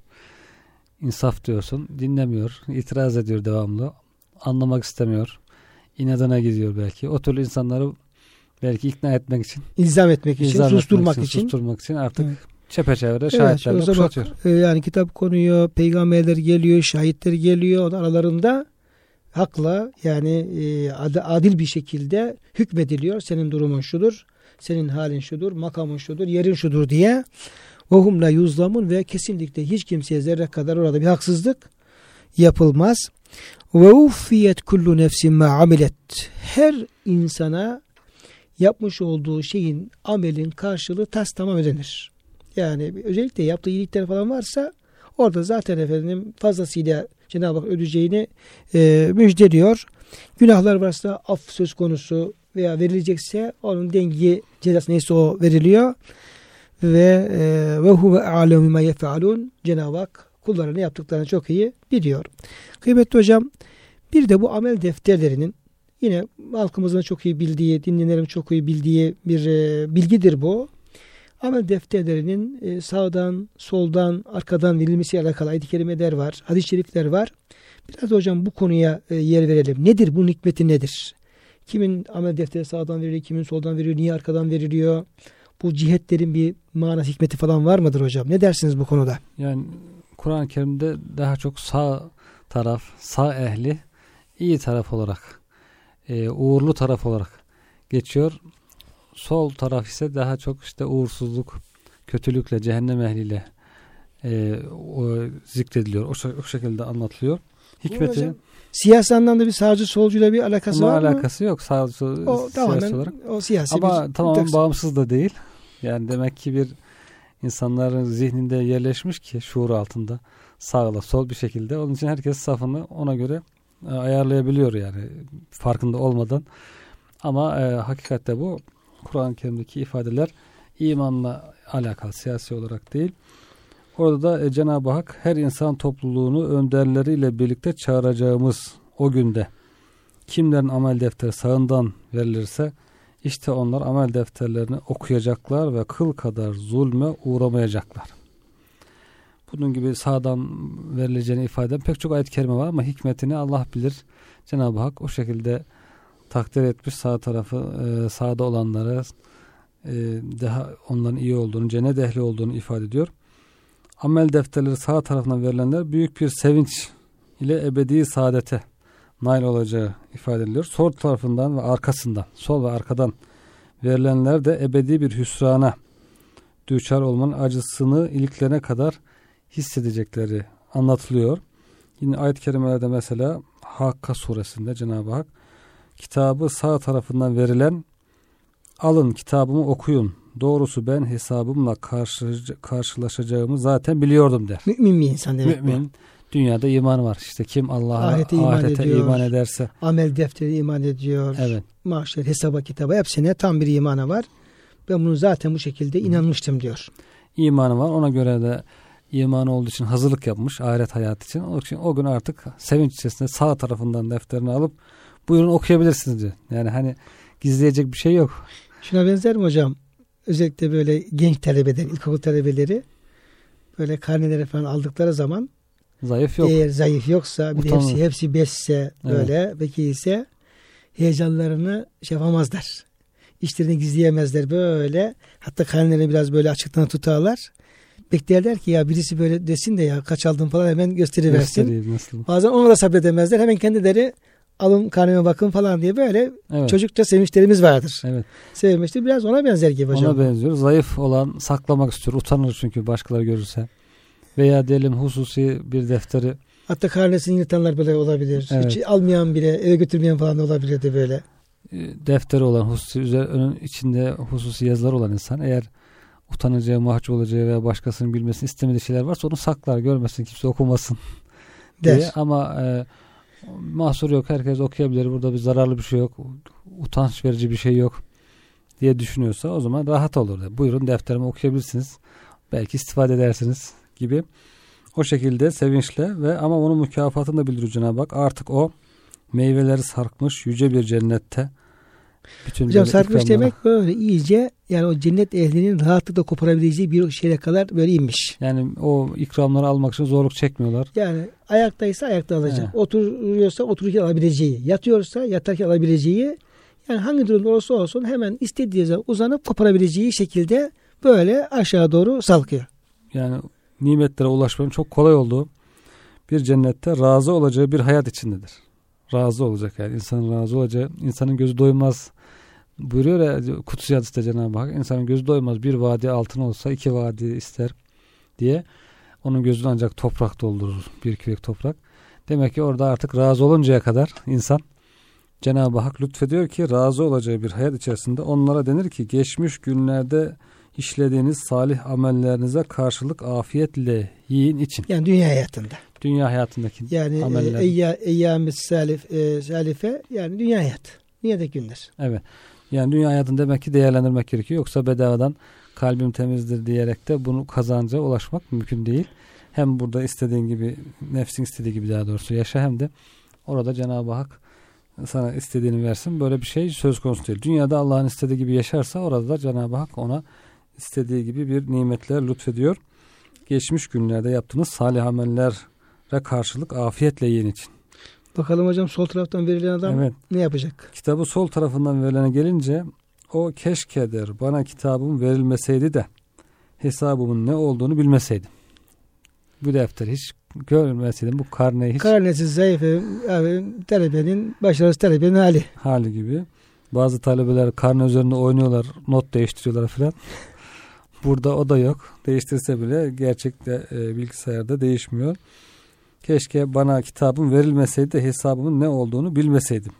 İnsaf diyorsun, dinlemiyor, itiraz ediyor devamlı, anlamak istemiyor, inadına gidiyor belki. O türlü insanları belki ikna etmek için, ilzam etmek için, ilzam susturmak etmek için, için, susturmak için artık evet, çepeçevre şahitlerle evet, kuşatıyor. E, yani kitap konuyor, peygamberler geliyor, şahitler geliyor, aralarında hakla yani e, adil bir şekilde hükmediliyor. Senin durumun şudur, senin halin şudur, makamın şudur, yerin şudur diye. وَهُمْ لَا يُظْلَمُونَ ve kesinlikle hiç kimseye zerre kadar orada bir haksızlık yapılmaz. وَاُفِّيَتْ كُلُّ نَفْسٍ مَا عَمِلَتْ her insana yapmış olduğu şeyin, amelin karşılığı tas tamam ödenir. Yani özellikle yaptığı iyilikler falan varsa orada zaten efendim fazlasıyla Cenab-ı Hak ödeyeceğini e, müjdeliyor. Günahlar varsa af söz konusu veya verilecekse onun dengi cezası neyse o veriliyor. Ve ve huve a'lemu bima yef'alun. Cenab-ı Hak kullarına yaptıklarını çok iyi biliyor. Kıymetli hocam, bir de bu amel defterlerinin yine halkımızın çok iyi bildiği, dinleyenlerin çok iyi bildiği bir e, bilgidir bu. Amel defterlerinin e, sağdan, soldan, arkadan verilmesiyle alakalı ayet-i kerimeler var, hadis-i şerifler var. Biraz da hocam bu konuya e, yer verelim. Nedir bunun hikmeti, nedir? Kimin amel defteri sağdan veriliyor, kimin soldan veriliyor, niye arkadan veriliyor? Bu cihetlerin bir manası, hikmeti falan var mıdır hocam? Ne dersiniz bu konuda? Yani Kur'an-ı Kerim'de daha çok sağ taraf, sağ ehli, iyi taraf olarak, e, uğurlu taraf olarak geçiyor. Sol taraf ise daha çok işte uğursuzluk, kötülükle, cehennem ehliyle e, o zikrediliyor. O, o şekilde anlatılıyor. Hikmeti hocam, siyasi anlamda bir sağcı solcuyla bir alakası var mı? Alakası yok. Sağcı, o tamamen olarak. O siyasi ama bir tamamen bir bağımsız da değil. Yani demek ki bir insanların zihninde yerleşmiş ki şuur altında sağla sol bir şekilde. Onun için herkes safını ona göre e, ayarlayabiliyor yani farkında olmadan. Ama e, hakikatte bu Kur'an-ı Kerim'deki ifadeler imanla alakalı, siyasi olarak değil. Orada da e, Cenab-ı Hak her insan topluluğunu önderleriyle birlikte çağıracağımız o günde kimlerin amel defteri sağından verilirse işte onlar amel defterlerini okuyacaklar ve kıl kadar zulme uğramayacaklar. Bunun gibi sağdan verileceğini ifade eden pek çok ayet-i kerime var ama hikmetini Allah bilir. Cenab-ı Hak o şekilde takdir etmiş sağ tarafı, e, sağda olanlara e, daha onların iyi olduğunu, cennet ehli olduğunu ifade ediyor. Amel defterleri sağ tarafından verilenler büyük bir sevinç ile ebedi saadete nail olacağı ifade ediliyor. Sol tarafından ve arkasından, sol ve arkadan verilenler de ebedi bir hüsrana düçar olmanın acısını iliklerine kadar hissedecekleri anlatılıyor. Yine ayet-i kerimelerde mesela Hakka suresinde Cenab-ı Hak kitabı sağ tarafından verilen alın kitabımı okuyun. Doğrusu ben hesabımla karşı, karşılaşacağımı zaten biliyordum der. Mümin bir insan demek Mümin. bu. Dünyada iman var. İşte kim Allah'a ahirete, iman, ahirete iman ederse. Amel defteri iman ediyor. Evet. Mahşer, hesaba, kitaba hepsine tam bir imana var. Ben bunu zaten bu şekilde inanmıştım diyor. İmanı var. Ona göre de imanı olduğu için hazırlık yapmış ahiret hayatı için. O için o gün artık sevinç içerisinde sağ tarafından defterini alıp buyurun okuyabilirsiniz diyor. Yani hani gizleyecek bir şey yok. Şuna benzer mi hocam? Özellikle böyle genç talebeler, ilkokul talebeleri böyle karneleri falan aldıkları zaman Zayıf yok. eğer zayıf yoksa bir de hepsi, hepsi beşse böyle evet. Peki ise heyecanlarını şey yapamazlar. İşlerini gizleyemezler böyle. Hatta karnelerini biraz böyle açıktan tutarlar. Beklerler ki ya birisi böyle desin de ya kaç aldın falan hemen gösteriversin. Bazen onu da sabredemezler. Hemen kendileri alın karneme bakın falan diye böyle evet. Çocukça sevinçlerimiz vardır. Evet. Sevmiştir. Biraz ona benzer gibi hocam. Ona benziyor. Zayıf olan saklamak istiyor. Utanır çünkü başkaları görürse. Veya diyelim hususi bir defteri. Hatta karnesini yırtanlar böyle olabilir. Evet. Hiç almayan bile eve götürmeyen falan olabilir de böyle. Defteri olan hususi üzerinin içinde hususi yazılar olan insan eğer utanacağı, mahcup olacağı veya başkasının bilmesini istemediği şeyler varsa onu saklar, görmesin, kimse okumasın diye. Der. Ama e, mahsur yok, herkes okuyabilir, burada bir zararlı bir şey yok, utanç verici bir şey yok diye düşünüyorsa o zaman rahat olur. Buyurun defterimi okuyabilirsiniz, belki istifade edersiniz gibi. O şekilde sevinçle ve ama onun mükafatını da bildiriyor Cenab-ı Hak. Artık o meyveleri sarkmış yüce bir cennette. Bütün hocam sarkmış ikramlara... demek böyle iyice yani o cennet ehlinin rahatlıkla koparabileceği bir şeye kadar böyle inmiş. Yani o ikramları almak için zorluk çekmiyorlar. Yani ayaktaysa ayakta alacak. He. Oturuyorsa otururken alabileceği. Yatıyorsa yatarken alabileceği. Yani hangi durumda olursa olsun hemen istediği zaman uzanıp koparabileceği şekilde böyle aşağı doğru salkıyor. Yani nimetlere ulaşmanın çok kolay olduğu bir cennette razı olacağı bir hayat içindedir. Razı olacak yani. İnsanın razı olacağı, insanın gözü doymaz. Buyuruyor ya Kutsi hadiste Cenab-ı Hak, insanın gözü doymaz. Bir vadi altın olsa iki vadi ister diye. Onun gözünü ancak toprak doldurur. Bir kürek toprak. Demek ki orada artık razı oluncaya kadar insan Cenab-ı Hak lütfediyor ki razı olacağı bir hayat içerisinde onlara denir ki geçmiş günlerde işlediğiniz salih amellerinize karşılık afiyetle yiyin için. Yani dünya hayatında. Dünya hayatındaki yani ameller. Yani eyyâmis salif, e, salife yani dünya hayat. Dünyadaki günler. Evet. Yani dünya hayatını demek ki değerlendirmek gerekiyor. Yoksa bedavadan kalbim temizdir diyerek de bunu kazanca ulaşmak mümkün değil. Hem burada istediğin gibi, nefsin istediği gibi daha doğrusu yaşa, hem de orada Cenab-ı Hak sana istediğini versin. Böyle bir şey söz konusu değil. Dünyada Allah'ın istediği gibi yaşarsa orada da Cenab-ı Hak ona istediği gibi bir nimetler lütfediyor. Geçmiş günlerde yaptığınız salih amellere karşılık afiyetle yiyin için. Bakalım hocam sol taraftan verilen adam evet. Ne yapacak? Kitabı sol tarafından verilene gelince o keşke der bana kitabım verilmeseydi de hesabımın ne olduğunu bilmeseydim. Bu defteri hiç görmeseydim, bu karneyi hiç. Karnesiz zayıf yani, talebenin, başarısız talebenin hali. Hali gibi. Bazı talebeler karne üzerinde oynuyorlar, not değiştiriyorlar filan. Burada o da yok. Değiştirse bile gerçekte e, bilgisayarda değişmiyor. Keşke bana kitabım verilmeseydi de hesabımın ne olduğunu bilmeseydim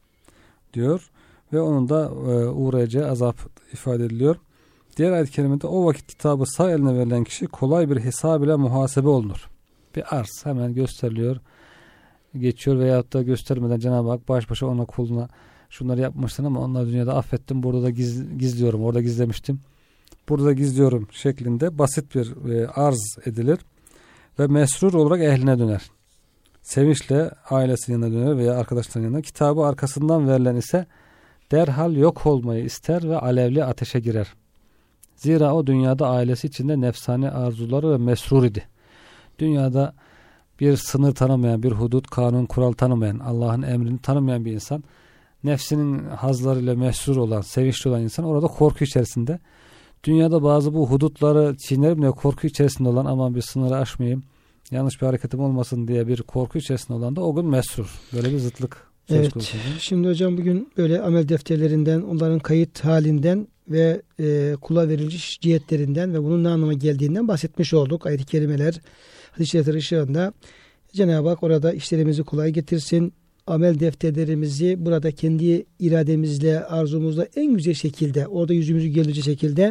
diyor. Ve onun da e, uğrayacağı azap ifade ediliyor. Diğer ayet-i kerimede o vakit kitabı sağ eline verilen kişi kolay bir hesab ile muhasebe olunur. Bir arz hemen gösteriliyor, geçiyor veyahut da göstermeden Cenab-ı Hak baş başa ona kuluna şunları yapmışsın ama onları dünyada affettim, burada da giz, gizliyorum, orada gizlemiştim, burada da gizliyorum şeklinde basit bir e, arz edilir ve mesrur olarak ehline döner. Sevinçle ailesinin yanına döner veya arkadaşlarının yanına. Kitabı arkasından verilen ise derhal yok olmayı ister ve alevli ateşe girer. Zira o dünyada ailesi içinde nefsani arzuları ve mesrur idi. Dünyada bir sınır tanımayan, bir hudut, kanun, kural tanımayan, Allah'ın emrini tanımayan bir insan, nefsinin hazlarıyla mesrur olan, sevinçli olan insan orada korku içerisinde. Dünyada bazı bu hudutları çiğnerim diye korku içerisinde olan, aman bir sınırı aşmayayım, yanlış bir hareketim olmasın diye bir korku içerisinde olan da o gün mesrur. Böyle bir zıtlık söz evet. konusu. Şimdi hocam bugün böyle amel defterlerinden, onların kayıt halinden ve e, kula verilmiş cihetlerinden ve bunun ne anlama geldiğinden bahsetmiş olduk. Ayet-i kerimeler, hadis-i şerifler ışığında Cenab-ı Hak orada işlerimizi kolay getirsin. Amel defterlerimizi burada kendi irademizle, arzumuzla en güzel şekilde, orada yüzümüzü gelecek şekilde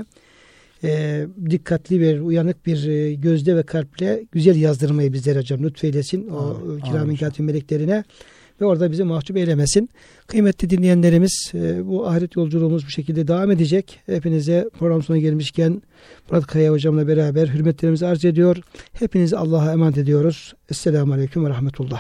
e, dikkatli bir, uyanık bir e, gözde ve kalple güzel yazdırmayı bizlere hocam lütfeylesin. O kiram-ı katib meleklerine ve orada bizi mahcup eylemesin. Kıymetli dinleyenlerimiz, e, bu ahiret yolculuğumuz bu şekilde devam edecek. Hepinize program sonuna gelmişken Murat Kaya hocamla beraber hürmetlerimizi arz ediyor. Hepinizi Allah'a emanet ediyoruz. Esselamu Aleyküm ve Rahmetullah.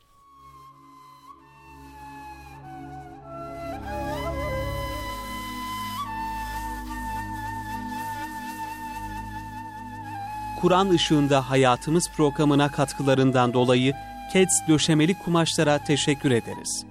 Kur'an Işığında Hayatımız programına katkılarından dolayı Keds Döşemeli Kumaşlara teşekkür ederiz.